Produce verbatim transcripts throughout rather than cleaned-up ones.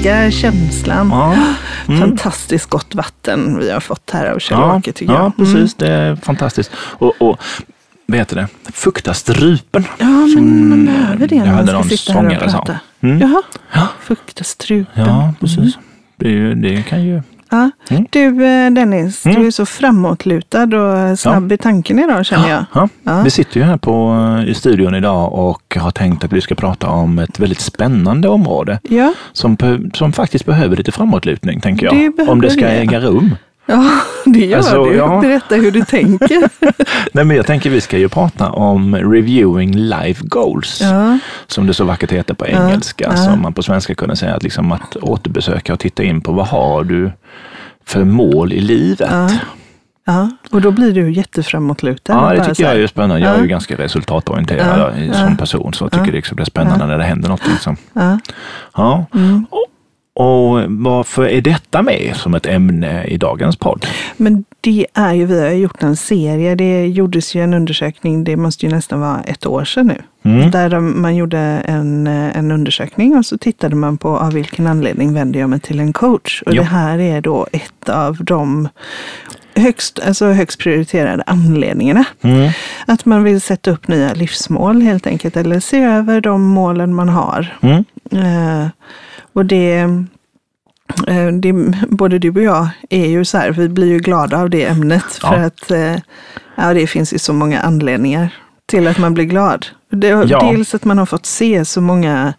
härliga känslan. Ja. Mm. Fantastiskt gott vatten vi har fått här av Kjell-Åke, ja, tycker ja, jag. Mm. precis. Det är fantastiskt. Och, och vet du det? Fukta strupen. Ja, men man behöver det när man ska sitta här och prata. Mm. Jaha, ja. Fukta strupen. Ja, precis. Mm. Det, är ju, det kan ju... Ja. Mm. Du Dennis, mm. du är så framåtlutad och snabb ja. i tanken idag, känner jag. Ja. Ja. Vi sitter ju här på, i studion idag och har tänkt att vi ska prata om ett väldigt spännande område ja. som, som faktiskt behöver lite framåtlutning, tänker jag. Det om det ska det. äga rum. Ja, det gör alltså, du. Ja. Berätta hur du tänker. Nej, men jag tänker vi ska ju prata om reviewing life goals. Ja. Som det så vackert heter på engelska. Ja. Som man på svenska kunde säga att, liksom att återbesöka och titta in på vad har du för mål i livet. Ja. Ja, och då blir du jätteframåtlutad. Ja, det tycker jag är ju spännande. Jag är ja. ju ganska resultatorienterad ja. som person. Så jag tycker ja. det liksom blir spännande ja. när det händer något. Liksom. Ja. Ja. Mm. Och, och varför är detta med som ett ämne i dagens podd? Men det är ju, vi har gjort en serie. Det gjordes ju en undersökning, det måste ju nästan vara ett år sedan nu. Mm. Där man gjorde en, en undersökning och så tittade man på av vilken anledning vänder jag mig till en coach. Och jo. det här är då ett av de högst, alltså högst prioriterade anledningarna. Mm. Att man vill sätta upp nya livsmål helt enkelt. Eller se över de målen man har. Mm. Uh, och det, uh, det, både du och jag är ju så här, vi blir ju glada av det ämnet. Ja. För att uh, ja, det finns ju så många anledningar till att man blir glad. Det, ja. Dels att man har fått se så många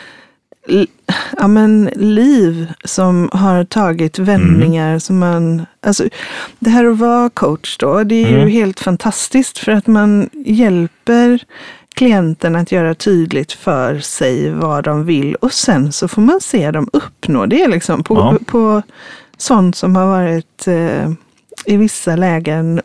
ja, men, liv som har tagit vändningar mm. som man, alltså det här att vara coach då, det är mm. ju helt fantastiskt för att man hjälper klienten att göra tydligt för sig vad de vill och sen så får man se dem uppnå det liksom på, ja. på sånt som har varit eh, i vissa lägen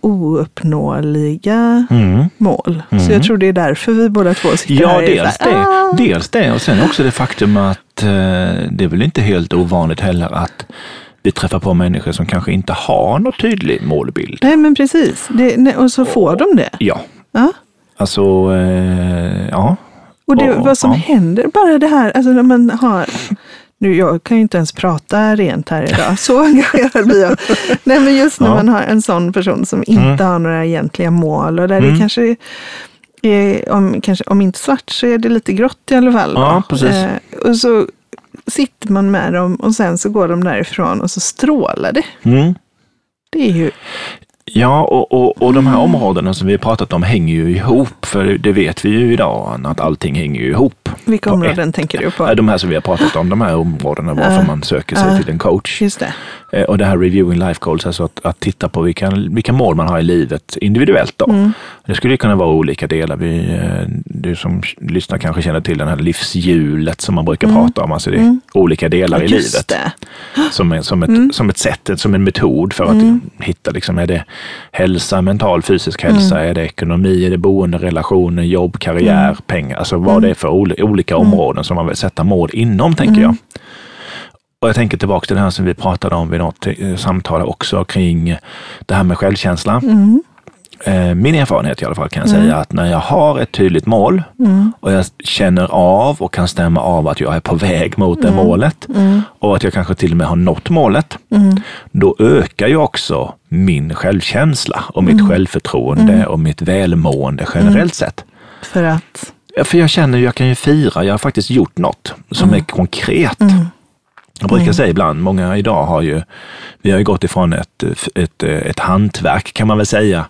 ouppnåeliga mm. mål. Mm. Så jag tror det är därför vi båda två sitter ja, här. Ja, dels det. Ah. dels det. Och sen också det faktum att eh, det är väl inte helt ovanligt heller att vi träffar på människor som kanske inte har något tydlig målbild. Nej, men precis. Det, och så får och, de det. Ja. Ja. Alltså, eh, ja. Och det, och, vad som ja. händer, bara det här, alltså när man har... Nu, jag kan ju inte ens prata rent här idag. Så engagerad blir jag. Nej, men just när ja. man har en sån person som inte mm. har några egentliga mål. Och där mm. det kanske är, om, kanske, om inte svart så är det lite grått i alla fall. Ja, precis. Eh, och så sitter man med dem och sen så går de därifrån och så strålar det. Mm. Det är ju... Ja, och, och, och de här områdena som vi har pratat om hänger ju ihop. För det vet vi ju idag att allting hänger ju ihop. Vilka områden tänker du på? De här som vi har pratat om, de här områdena varför uh, man söker sig uh, till en coach. Just det. Och det här reviewing life goals, alltså att, att titta på vilka, vilka mål man har i livet individuellt då. Mm. Det skulle kunna vara olika delar. Vi, du som lyssnar kanske känner till den här livshjulet som man brukar mm. prata om. Alltså det är mm. olika delar ja, i livet. Det. Som, som, ett, mm. som ett sätt, som en metod för mm. att hitta, liksom, är det hälsa, mental, fysisk hälsa, mm. är det ekonomi, är det boende, relationer, jobb, karriär, mm. pengar. Alltså vad mm. det är för olika, olika mm. områden som man vill sätta mål inom, tänker mm. jag. Och jag tänker tillbaka till det här som vi pratade om vid något samtal också kring det här med självkänsla. Mm. Min erfarenhet i alla fall kan jag mm. säga att när jag har ett tydligt mål mm. och jag känner av och kan stämma av att jag är på väg mot det mm. målet mm. och att jag kanske till och med har nått målet, mm. då ökar ju också min självkänsla och mitt mm. självförtroende mm. och mitt välmående generellt mm. sett. För att? Ja, för jag känner ju, jag kan ju fira, jag har faktiskt gjort något som mm. är konkret. Mm. Jag brukar mm. säga ibland, många idag har ju, vi har ju gått ifrån ett, ett, ett hantverk kan man väl säga.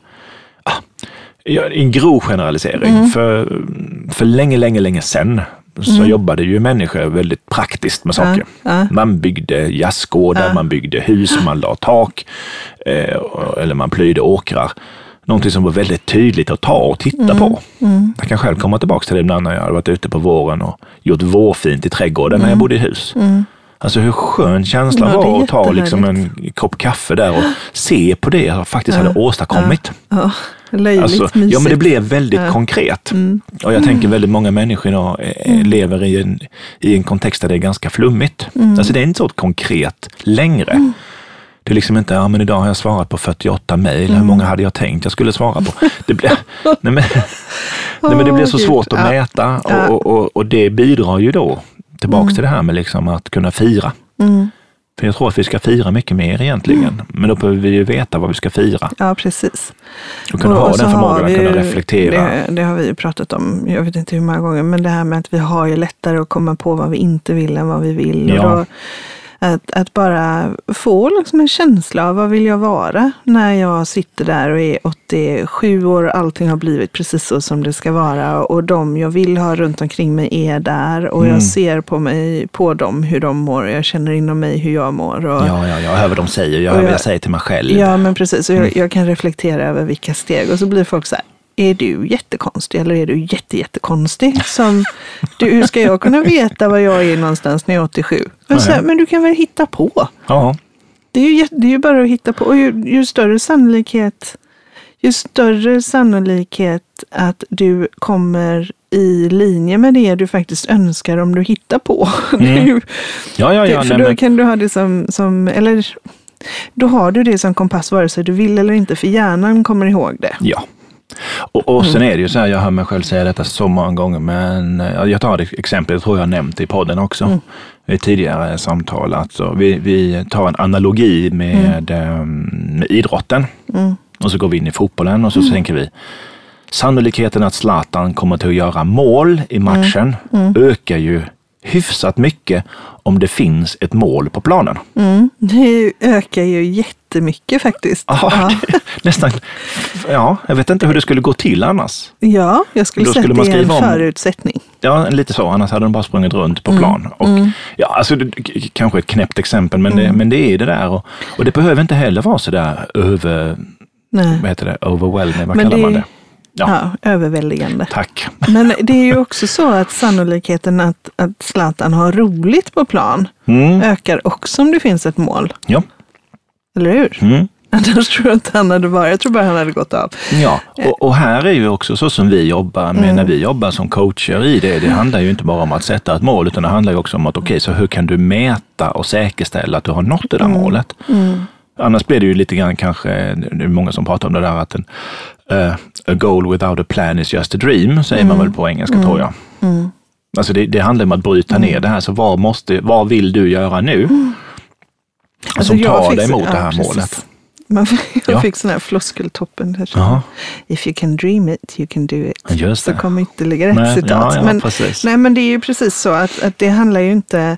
En grov generalisering. Mm. För, för länge, länge, länge sedan så mm. jobbade ju människor väldigt praktiskt med saker. Ja, ja. Man byggde gästgårdar, ja. man byggde hus, man la tak eh, eller man plöjde åkrar. Någonting som var väldigt tydligt att ta och titta mm. på. Mm. Jag kan själv komma tillbaka till det ibland när jag hade varit ute på våren och gjort vårfint i trädgården mm. när jag bodde i hus. Mm. Alltså hur skön känsla ja, var att ta liksom en kopp kaffe där och se på det jag faktiskt ja. hade åstadkommit. Ja. Ja. Alltså, ja, men det blev väldigt ja. konkret. Mm. Och jag tänker väldigt många människor idag mm. lever i en, i en kontext där det är ganska flummigt. Mm. Alltså det är inte så konkret längre. Mm. Det är liksom inte, ja men idag har jag svarat på fyrtioåtta mejl. Mm. Hur många hade jag tänkt jag skulle svara på? Det blir, nej, men, nej, men det blir så svårt att ja. mäta och, och, och, och det bidrar ju då tillbaka Mm. till det här med liksom att kunna fira. Mm. För jag tror att vi ska fira mycket mer egentligen. Mm. Men då behöver vi ju veta vad vi ska fira. Ja, precis. Och kunna och, ha och den förmågan att kunna ju, reflektera. Det, det har vi ju pratat om, jag vet inte hur många gånger, men det här med att vi har ju lättare att komma på vad vi inte vill än vad vi vill. Ja. Och då, att, att bara få liksom en känsla av vad vill jag vara när jag sitter där och är åttiosju år och allting har blivit precis så som det ska vara. Och de jag vill ha runt omkring mig är där och Mm. jag ser på mig, på dem hur de mår och jag känner inom mig hur jag mår. Och, Ja, ja, jag hör vad de säger, jag och hör vad jag- jag säger till mig själv. Ja, men precis. Och jag, Mm. jag kan reflektera över vilka steg. Och så blir folk så här, är du jättekonstig eller är du jätte, jättekonstig? Som, du, hur ska jag kunna veta vad jag är någonstans när jag är åttiosju? Och så här, Nej. men du kan väl hitta på? Ja, Det är ju, jätte- det är ju bara att hitta på. Och ju, ju större sannolikhet, ju större sannolikhet att du kommer i linje med det du faktiskt önskar om du hittar på. Mm. Det är ju, ja, ja. det, ja för nej, då men, kan du ha det som, som, eller då har du det som kompass vare sig du vill eller inte, för hjärnan kommer ihåg det. ja. Och, och sen är det ju så här, jag hör mig själv säga detta så många gånger, men eh, jag tar ett exempel, jag tror jag har nämnt det i podden också, Mm. i tidigare samtal. Alltså, vi, vi tar en analogi med, eh, med idrotten Mm. och så går vi in i fotbollen och så Mm. tänker vi, sannolikheten att Zlatan kommer till att göra mål i matchen Mm. ökar ju hyfsat mycket om det finns ett mål på planen. Mm. Det ökar ju jättemycket faktiskt. Ja, Ja. det- nästan. Ja, jag vet inte hur det skulle gå till annars. Ja, jag skulle Då säga skulle att man det är en skriva om- förutsättning. Ja, lite så. Annars hade de bara sprungit runt på Mm. plan. Och, Mm. ja, alltså, det, k- kanske ett knäppt exempel, men, det, Mm. men det är det där. Och, och det behöver inte heller vara så där över, Nej. vad heter det, overwhelming, vad Men kallar det- man det? Ja, Ja, överväldigande. tack. Men det är ju också så att sannolikheten att, att Zlatan har roligt på plan Mm. ökar också om det finns ett mål. Ja. Eller hur? Mm. Annars tror jag inte han hade varit. Jag tror bara han hade gått av. Ja, och, och här är ju också så som vi jobbar med Mm. när vi jobbar som coacher i det. Det handlar ju inte bara om att sätta ett mål, utan det handlar ju också om att okej, okay, så hur kan du mäta och säkerställa att du har nått det där Mm. målet? Mm. Annars blir det ju lite grann kanske, det är många som pratar om det där att en, uh, a goal without a plan is just a dream, säger man Mm. väl på engelska Mm. tror jag. Mm. Alltså det, det handlar om att bryta Mm. ner det här, så vad, måste, vad vill du göra nu? Mm. Alltså, som jag tar fick dig så- mot ja, det här precis. målet. Man fick, jag Ja. fick sån här floskeltoppen. Där, så. Jaha. If you can dream it, you can do it. Just Så det. kom ytterligare ett Nej, citat. ja, ja, men, precis. nej, men det är ju precis så att, att det handlar ju inte...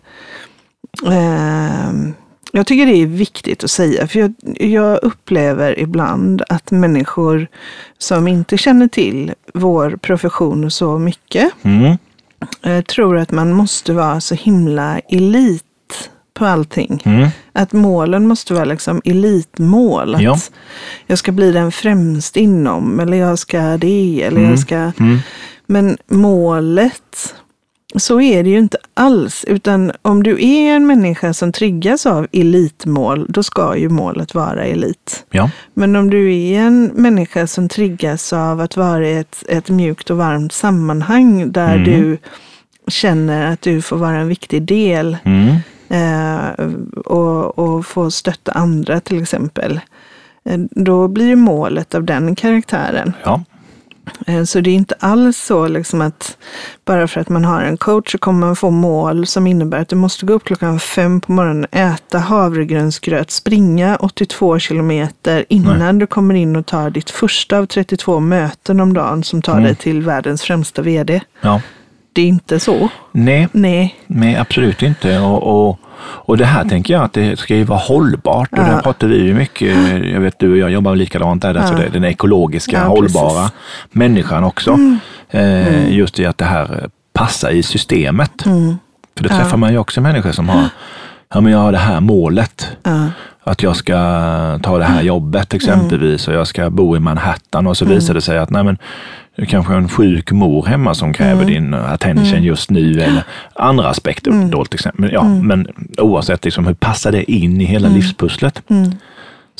ehm, jag tycker det är viktigt att säga, för jag, jag upplever ibland att människor som inte känner till vår profession så mycket Mm. eh, tror att man måste vara så himla elit på allting. Mm. Att målen måste vara liksom elitmål. Att Ja. jag ska bli den främst inom, eller jag ska det, eller Mm. jag ska... Mm. Men målet, så är det ju inte alls. Utan om du är en människa som triggas av elitmål, då ska ju målet vara elit. Ja. Men om du är en människa som triggas av att vara i ett, ett mjukt och varmt sammanhang där Mm. du känner att du får vara en viktig del Mm. eh, och, och få stötta andra till exempel, eh, då blir ju målet av den karaktären. Ja. Eh, Så det är inte alls så liksom att bara för att man har en coach så kommer man få mål som innebär att du måste gå upp klockan fem på morgonen, äta havregrynsgröt, springa åttiotvå kilometer innan Nej. du kommer in och tar ditt första av trettiotvå möten om dagen som tar Mm. dig till världens främsta vd. Ja. Det är inte så. Nej. Nej. Nej, absolut inte. Och, och, och det här tänker jag att det ska ju vara hållbart. Och Ja. där pratar vi ju mycket, jag vet du och jag jobbar likadant där, Ja. alltså det, den ekologiska, Ja, hållbara precis. människan också. Mm. Eh, Mm. Just i att det här passar i systemet. Mm. För då Ja. träffar man ju också människor som har, ja men jag har det här målet. Ja. Att jag ska ta det här jobbet exempelvis och jag ska bo i Manhattan och så Mm. visar det sig att nej men det är kanske en sjuk mor hemma som kräver Mm. din attention Mm. just nu eller andra aspekter. Mm. Då, till exempel. Ja, Mm. men oavsett liksom, hur passar det in i hela Mm. livspusslet Mm.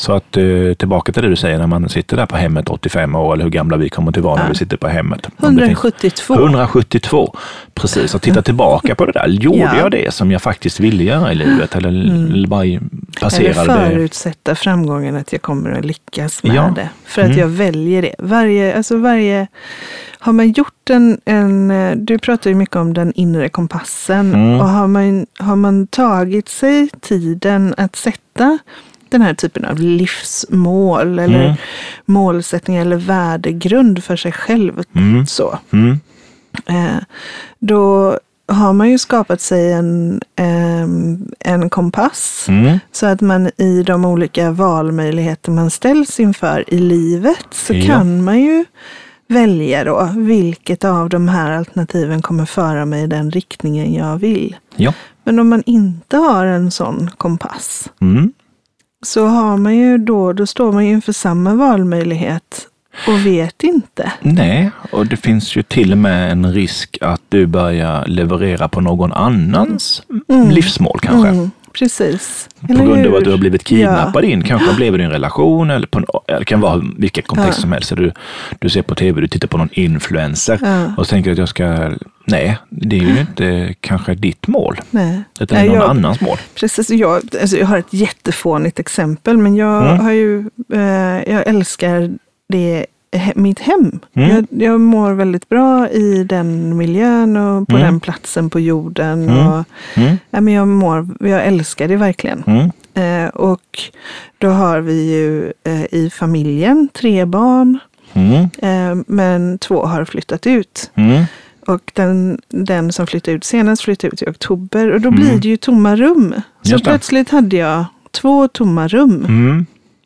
Så att eh, tillbaka till det du säger när man sitter där på hemmet åttiofem år, eller hur gamla vi kommer till vara ja. när vi sitter på hemmet. hundrasjuttiotvå. hundrasjuttiotvå, precis. Och titta tillbaka på det där. Gjorde ja. jag det som jag faktiskt ville göra i livet? Eller mm. bara passerade det? Eller förutsätta framgången att jag kommer att lyckas med ja. det. För att mm. jag väljer det. Varje, alltså varje, har man gjort en, en, du pratar ju mycket om den inre kompassen. Mm. Och har man, har man tagit sig tiden att sätta den här typen av livsmål eller mm. målsättning eller värdegrund för sig själv mm. så. Mm. Eh, då har man ju skapat sig en, eh, en kompass mm. så att man i de olika valmöjligheter man ställs inför i livet så ja. kan man ju välja då vilket av de här alternativen kommer föra mig i den riktningen jag vill. Ja. Men om man inte har en sån kompass mm. så har man ju då, då står man ju inför samma valmöjlighet och vet inte. Nej, och det finns ju till och med en risk att du börjar leverera på någon annans mm. livsmål kanske. Mm. Precis. På Eller grund hur? av att du har blivit kidnappad ja. in. Kanske blev det en relation eller, på en, eller det kan vara vilket kontext ja. som helst. Du, du ser på tv, du tittar på någon influencer ja. och så tänker att jag ska... Nej, det är ju inte kanske ditt mål. Nej. Utan det är någon jag, annans mål. Precis, jag, alltså jag har ett jättefånigt exempel. Men jag mm. har ju... Eh, jag älskar det... mitt hem. Mm. Jag, jag mår väldigt bra i den miljön och på mm. den platsen på jorden. Mm. Och, mm. ja, men jag, mår, jag älskar det verkligen. Mm. Eh, och då har vi ju eh, i familjen tre barn. Mm. Eh, men två har flyttat ut. Mm. Och den, den som flyttade ut senast flyttade ut i oktober. Och då Mm. blir det ju tomma rum. Så Just det. plötsligt hade jag två tomma rum. Mm.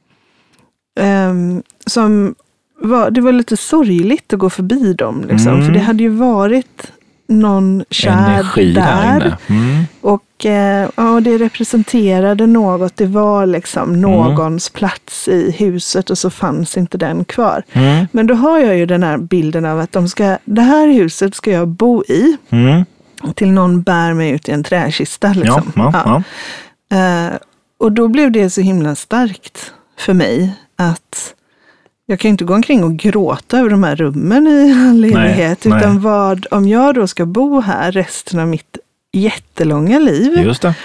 Eh, som... Var, det var lite sorgligt att gå förbi dem. Liksom, mm. För det hade ju varit någon kär energi där, där inne. Mm. Och eh, ja, det representerade något. Det var liksom någons mm. plats i huset och så fanns inte den kvar. Mm. Men då har jag ju den här bilden av att de ska, det här huset ska jag bo i. Mm. Till någon bär mig ut i en träkista. Liksom. Ja, ja, ja. Eh, och då blev det så himla starkt för mig att jag kan ju inte gå omkring och gråta över de här rummen i all evighet. Utan nej. Vad, om jag då ska bo här resten av mitt jättelånga liv. Just det.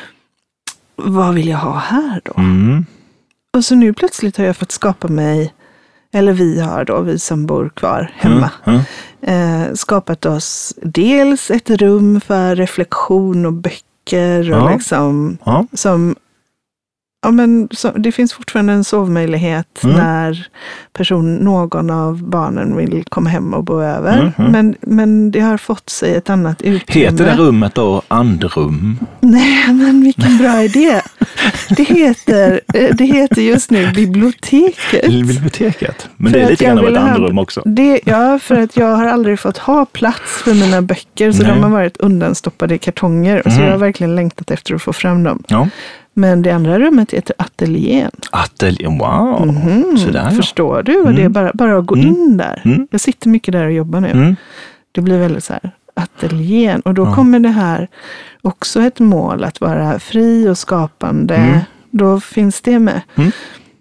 Vad vill jag ha här då? Mm. Och så nu plötsligt har jag fått skapa mig, eller vi har då, vi som bor kvar hemma. Mm. Mm. Eh, skapat oss dels ett rum för reflektion och böcker. Och ja. liksom, ja. som... Ja, men så, det finns fortfarande en sovmöjlighet mm. när person, någon av barnen vill komma hem och bo över. Mm, mm. Men, men det har fått sig ett annat utrymme. Heter det rummet då andrum? Nej, men vilken bra idé. Det heter, det heter just nu biblioteket. Biblioteket? Men för det är lite grann av ett ha, andrum också. Det, ja, för att jag har aldrig fått ha plats för mina böcker. Så Nej. de har varit undanstoppade i kartonger. Och så mm. jag har verkligen längtat efter att få fram dem. Ja. Men det andra rummet heter ateljén. Ateljén, wow. Mm-hmm. Sådär, ja. Förstår du? Mm. Det är bara, bara att gå mm. in där. Mm. Jag sitter mycket där och jobbar nu. Mm. Det blir väldigt så här, ateljén. Och då ja. kommer det här också ett mål att vara fri och skapande. Mm. Då finns det med. Mm.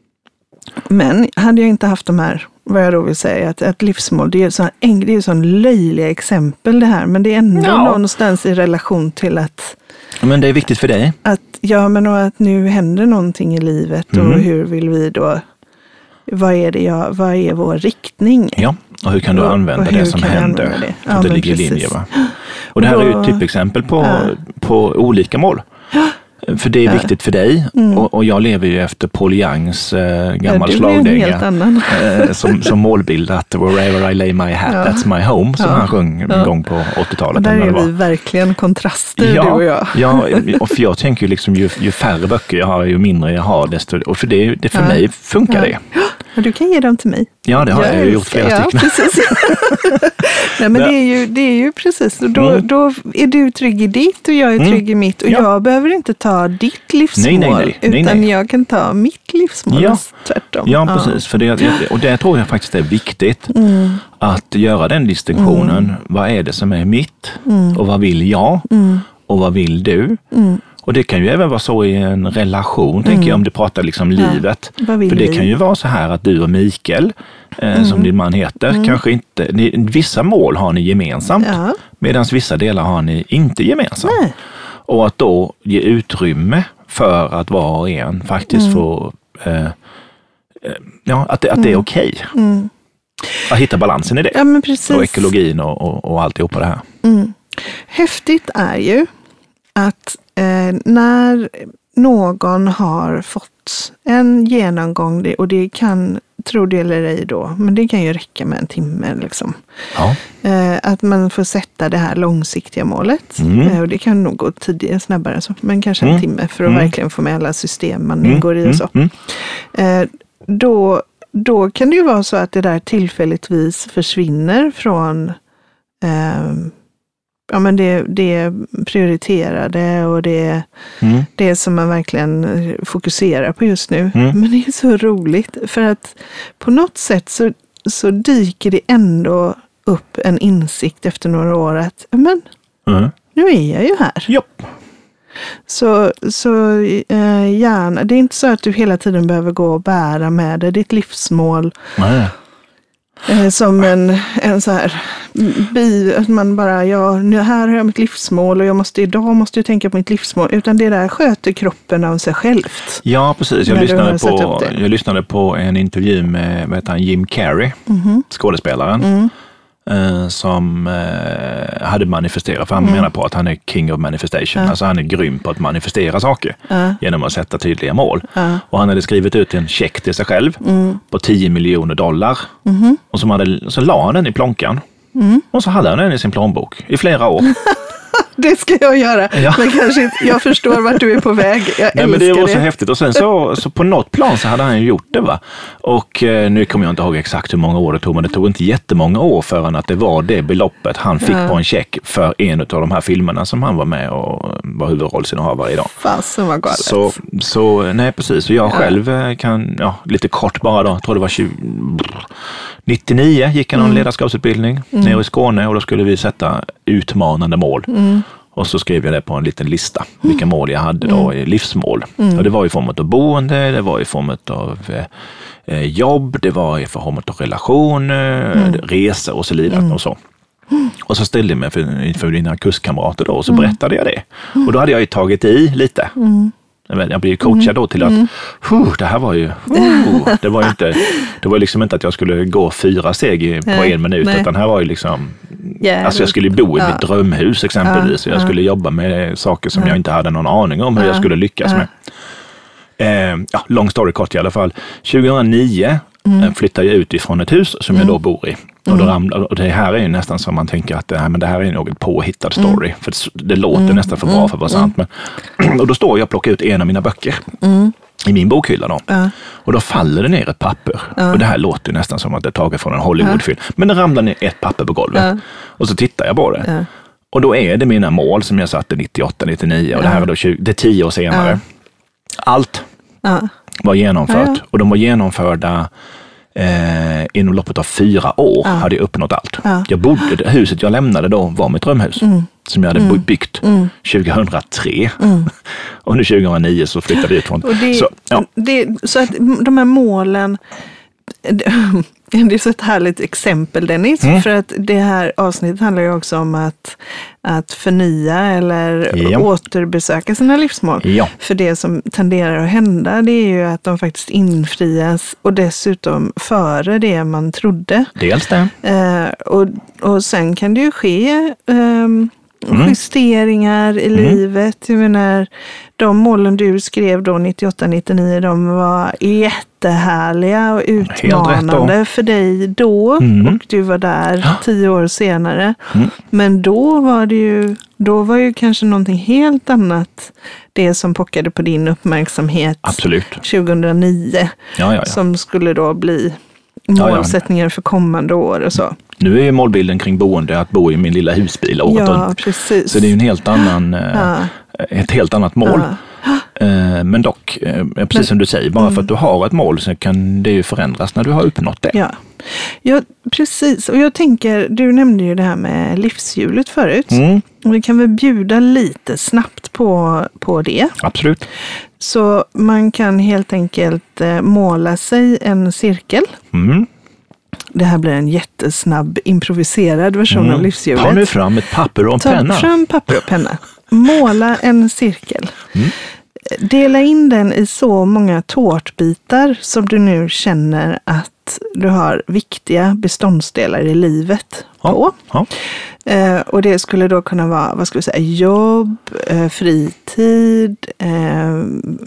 Men hade jag inte haft de här, vad jag då vill säga, att ett livsmål, det är så det är sån löjliga exempel det här. Men det är ändå ja. någonstans i relation till att men det är viktigt för dig. Att, ja, men och att nu händer någonting i livet och mm. hur vill vi då, vad är det jag, vad är vår riktning? Ja, och hur kan du och, och det som händer? Det? Ja, att det ligger precis. i linje, va? Och det här och då, är ju ett typexempel på, ja. på olika mål. För det är viktigt för dig mm. och, och jag lever ju efter Paul Youngs äh, gammal ja, slagdänga äh, som, som målbild att wherever I lay my hat, ja. that's my home, som ja. han sjöng ja. en gång på åttiotalet. Och där är vi verkligen kontraster, ja, du och jag. Ja, och för jag tänker ju liksom ju, ju färre böcker jag har, ju mindre jag har, desto, och för det, det för ja. mig funkar ja. det. Ja, du kan ge dem till mig. Ja, det har jag, jag ju gjort flera ja, stycken. Precis. Nej, men det är ju, det är ju precis. Då, mm. då är du trygg i ditt och jag är trygg mm. i mitt. Och ja. jag behöver inte ta ditt livsmål. Nej, nej, nej. Utan nej, nej. jag kan ta mitt livsmål. Ja, tvärtom. Ja, precis. För det, och det tror jag faktiskt är viktigt. Mm. Att göra den distinktionen. Mm. Vad är det som är mitt? Mm. Och vad vill jag? Mm. Och vad vill du? Mm. Och Och det kan ju även vara så i en relation, mm. tänker jag, om du pratar liksom ja. livet. För det vi? kan ju vara så här att du och Mikael, eh, mm. som din man heter, mm. kanske inte, ni, vissa mål har ni gemensamt, ja. medan vissa delar har ni inte gemensamt. Nej. Och att då ge utrymme för att var och en faktiskt mm. får, eh, ja, att, det, att det är okej. Okay. Mm. Att hitta balansen i det. Ja, men precis. Och ekologin och, och, och alltihopa det här. Mm. Häftigt är ju att eh, när någon har fått en genomgång, och det kan, tro det eller ej då, men det kan ju räcka med en timme liksom. Ja. Eh, att man får sätta det här långsiktiga målet. Mm. Eh, och det kan nog gå tidigare, snabbare, så, men kanske en mm. timme för att mm. verkligen få med alla system man mm. ingår i och så. Mm. Eh, då, då kan det ju vara så att det där tillfälligtvis försvinner från eh, ja, men det, det prioriterade och det, mm. det som man verkligen fokuserar på just nu. Mm. Men det är så roligt för att på något sätt så, så dyker det ändå upp en insikt efter några år att men, mm. nu är jag ju här. Japp. Så, så eh, gärna, det är inte så att du hela tiden behöver gå och bära med dig ditt livsmål. Nej. Som en, en så här bi, att man bara, ja, nu här har jag mitt livsmål och jag måste idag måste jag tänka på mitt livsmål, utan det där sköter kroppen av sig självt. Ja, precis. Jag, lyssnade på, jag lyssnade på en intervju med vad heter han, Jim Carrey, mm-hmm. skådespelaren, mm. eh, som eh, hade manifesterat, för han mm. menar på att han är king of manifestation, ja. Alltså han är grym på att manifestera saker ja. genom att sätta tydliga mål. Ja. Och han hade skrivit ut en check till sig själv mm. på tio miljoner dollar mm. och som hade, så la han den i plånkan mm. och så hade han den i sin plånbok i flera år. Det ska jag göra, ja. men kanske inte, jag förstår vart du är på väg. Jag Nej, men det var så det. häftigt. Och sen så, så på något plan så hade han ju gjort det, va. Och eh, nu kommer jag inte ihåg exakt hur många år det tog, men det tog inte jättemånga år förrän att det var det beloppet han fick ja. på en check för en av de här filmerna som han var med och var huvudrollsinnehavare idag. Fasen var galet. Så, så nej precis. Och jag ja. själv kan, ja, lite kort bara då, jag tror det var tjugo, nittionio gick jag någon mm. ledarskapsutbildning mm. nere i Skåne, och då skulle vi sätta utmanande mål. Mm. Och så skrev jag det på en liten lista, vilka mål jag hade då i livsmål. Mm. Och det var i form av boende, det var i form av eh, jobb, det var i form av relationer, mm. resor och så vidare mm. och så. Och så ställde jag mig för, för dina kurskamrater då, och så mm. berättade jag det. Och då hade jag ju tagit i lite. Mm. Jag blev coachad då till att mm. huh, det här var ju huh, det var ju inte det var liksom inte att jag skulle gå fyra steg på en minut, nej. utan här var ju liksom yeah, alltså jag skulle bo i ja. mitt drömhus exempelvis, ja, och jag ja. skulle jobba med saker som ja. jag inte hade någon aning om hur ja. jag skulle lyckas ja. med. Eh, ja, lång story kort i alla fall. tjugohundranio mm. flyttade jag ut ifrån ett hus som mm. jag då bor i. Och, då ramlade, och det här är ju nästan som man tänker att nej, men det här är något påhittad story. Mm. För det, det låter mm. nästan för bra för att vara sant. Men, och då står jag och plockar ut en av mina böcker mm. i min bokhylla då. Ja. Och då faller det ner ett papper. Ja. Och det här låter nästan som att det är taget från en Hollywoodfilm. Ja. Men det ramlar ner ett papper på golvet. Ja. Och så tittar jag på det. Ja. Och då är det mina mål som jag satte nittioåtta nittionio. Och ja. det här är då tjugo, det är tio år senare. Ja. Allt ja. var genomfört. Ja, ja. Och de var genomförda Eh, inom loppet av fyra år ja. hade jag uppnått allt. Ja. Jag bodde, huset jag lämnade då var mitt drömhus mm. som jag hade mm. byggt mm. tjugohundratre. Mm. Och nu tjugohundranio så flyttade vi ut från. Och det, så, ja. det, så att de här målen, det är så ett härligt exempel, Dennis, mm. för att det här avsnittet handlar ju också om att, att förnya eller ja. återbesöka sina livsmål. Ja. För det som tenderar att hända, det är ju att de faktiskt infrias, och dessutom före det man trodde. Dels det. Eh, och, och sen kan det ju ske eh, Mm. justeringar i mm. livet. Jag menar, de målen du skrev då nittioåtta nittionio, de var jättehärliga och utmanande för dig då mm. och du var där ja. tio år senare. Mm. Men då var det ju då var ju kanske någonting helt annat det som pockade på din uppmärksamhet. Absolut. tjugohundranio ja, ja, ja. som skulle då bli målsättningar ja, ja. för kommande år och så. Nu är ju målbilden kring boende att bo i min lilla husbil året ja, runt. Precis. Så det är ju en helt annan, ja. ett helt annat mål. Ja. Men dock, precis Men, som du säger, bara mm. för att du har ett mål så kan det ju förändras när du har uppnått det. Ja, ja precis. Och jag tänker, du nämnde ju det här med livshjulet förut. Mm. Vi kan väl bjuda lite snabbt på, på det. Absolut. Så man kan helt enkelt eh, måla sig en cirkel. Mm. Det här blir en jättesnabb improviserad version mm. av livshjulet. Ta nu fram ett papper och en Ta penna. Ta fram papper och penna. Måla en cirkel. Mm. Dela in den i så många tårtbitar som du nu känner att du har viktiga beståndsdelar i livet på. Ja, ja. Eh, och det skulle då kunna vara, vad ska vi säga, jobb, eh, fritid, eh,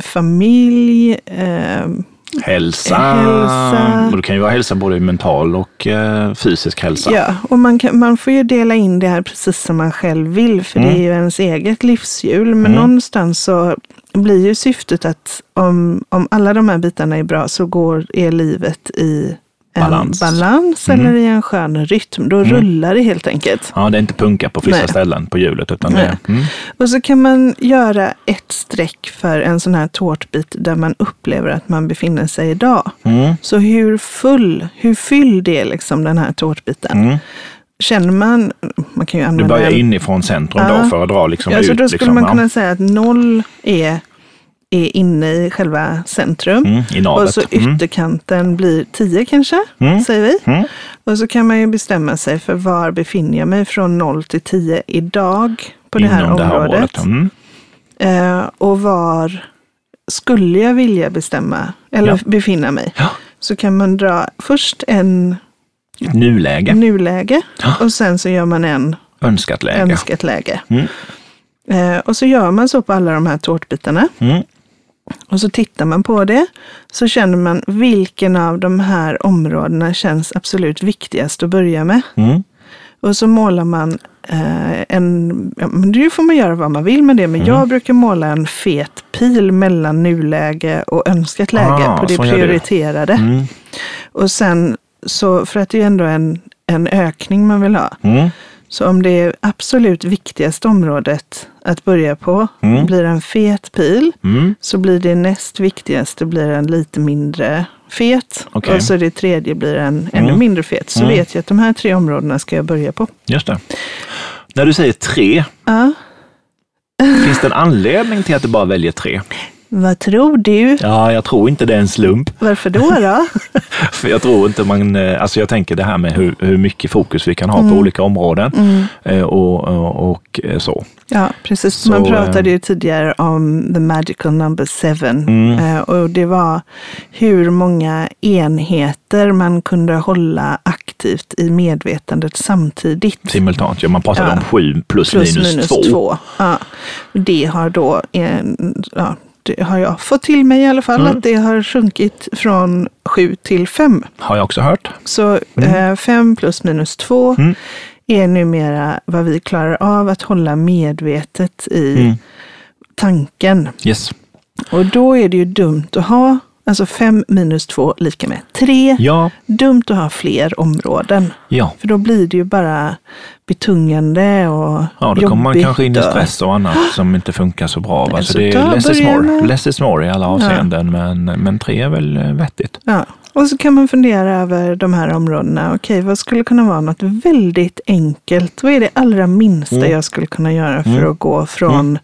familj, eh, hälsa. hälsa. Och det kan ju vara hälsa både mental och eh, fysisk hälsa. Ja, och man, kan, man får ju dela in det här precis som man själv vill, för mm. det är ju ens eget livshjul. Men mm. någonstans så blir ju syftet att om, om alla de här bitarna är bra så går är livet i en balans, balans mm. eller i en skön rytm. Då mm. rullar det helt enkelt. Ja, det är inte punka på vissa Nej. ställen på hjulet. Utan det är, mm. Och så kan man göra ett streck för en sån här tårtbit där man upplever att man befinner sig idag. Mm. Så hur full, hur fylld är liksom den här tårtbiten? Mm. Känner man, man kan ju använda... Du börjar en, inifrån centrum ja. då för att dra liksom ja, ut. Så då skulle liksom, man ja. kunna säga att noll är... är inne i själva centrum. Mm, i navet. Och så ytterkanten mm. blir tio kanske, mm. säger vi. Mm. Och så kan man ju bestämma sig för var befinner jag mig från noll till tio idag på det här Inom området. Det här området. Mm. Eh, och var skulle jag vilja bestämma eller ja. befinna mig. Ja. Så kan man dra först en Ett nuläge. nuläge ja. och sen så gör man en önskat läge. Önskat läge. Mm. Eh, och så gör man så på alla de här tårtbitarna. Mm. Och så tittar man på det, så känner man vilken av de här områdena känns absolut viktigast att börja med. Mm. Och så målar man eh, en, ja, men det får man göra vad man vill med det, men mm. jag brukar måla en fet pil mellan nuläge och önskat läge ah, på det prioriterade. Det. Mm. Och sen, så för att det är ändå en, en ökning man vill ha. Mm. Så om det är absolut viktigaste området att börja på mm. blir en fet pil, mm. så blir det näst viktigaste blir en lite mindre fet. Okay. Och så det tredje blir en mm. ännu mindre fet. Så mm. vet jag att de här tre områdena ska jag börja på. Just det. När du säger tre, ja. finns det en anledning till att du bara väljer tre? Vad tror du? Ja, jag tror inte det är en slump. Varför då då? För jag tror inte man, alltså jag tänker det här med hur, hur mycket fokus vi kan ha mm. på olika områden mm. och, och, och så. Ja, precis. Så, man pratade ju tidigare om the magical number seven mm. och det var hur många enheter man kunde hålla aktivt i medvetandet samtidigt. Simultant, ja, man pratade ja. om sju plus, plus minus, minus två. två. Ja. Det har då en, ja, det har jag fått till mig i alla fall, mm. att det har sjunkit från sju till fem. Har jag också hört. Så mm. eh, fem plus minus två mm. är numera vad vi klarar av att hålla medvetet i mm. tanken. Yes. Och då är det ju dumt att ha, alltså fem minus två lika med tre. Ja. Dumt att ha fler områden. Ja. För då blir det ju bara betungande och ja, då kommer man kanske in i stress och annat som inte funkar så bra. Va? Så det är less is more. Med... less is more i alla avseenden, ja. men, men tre är väl vettigt. Ja. Och så kan man fundera över de här områdena. Okej, vad skulle kunna vara något väldigt enkelt? Vad är det allra minsta mm. jag skulle kunna göra för mm. att gå från mm.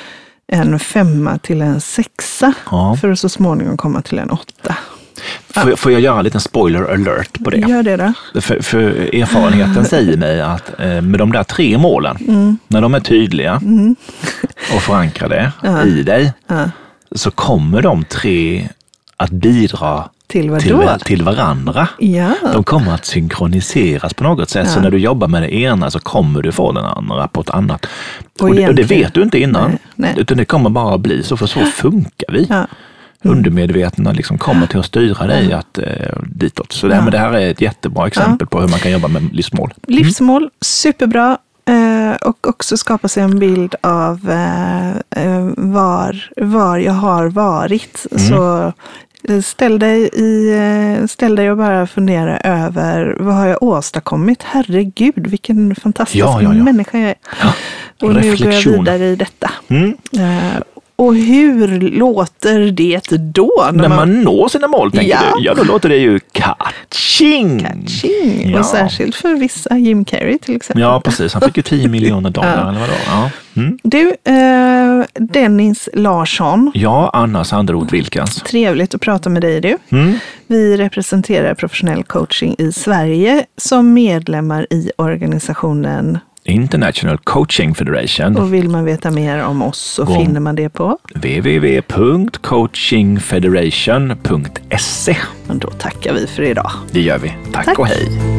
en femma till en sexa ja. för att så småningom komma till en åtta? Får, får jag göra en liten spoiler alert på det? Gör det då. För, för erfarenheten säger mig att eh, med de där tre målen, mm. när de är tydliga mm. och förankrade uh-huh. i dig, uh-huh. så kommer de tre att bidra till, till, till varandra. Ja. De kommer att synkroniseras på något sätt. Ja. Så när du jobbar med det ena så kommer du få den andra på ett annat. Och, och, det, och det vet du inte innan. Nej, nej. Utan det kommer bara att bli så, för så funkar vi. Ja. Mm. Undermedvetna liksom kommer till att styra dig att, eh, ditåt. Så det, ja. men det här är ett jättebra exempel ja. på hur man kan jobba med livsmål. Mm. Livsmål, superbra. Eh, och också skapa sig en bild av eh, var, var jag har varit. Mm. Så ställ dig, i, ställ dig och bara fundera över vad har jag åstadkommit? Herregud, vilken fantastisk ja, ja, ja. människa jag är. Ja. Och nu går jag vidare i detta. Mm. Eh, Och hur låter det då? När, när man, man når sina mål, tänker ja. du? Ja, då låter det ju catching. Catching. Ja. Och särskilt för vissa, Jim Carrey till exempel. Ja, precis. Han fick ju tio miljoner dollar, ja. eller vadå? Ja. Mm. Du, eh, Dennis Larsson. Ja, Anna Sanderoth Wilkans. Trevligt att prata med dig, du. Mm. Vi representerar professionell coaching i Sverige som medlemmar i organisationen International Coaching Federation. Och vill man veta mer om oss så Gå. finner man det på w w w punkt coaching federation punkt s e. Och då tackar vi för idag. Det gör vi. Tack, Tack. Och hej.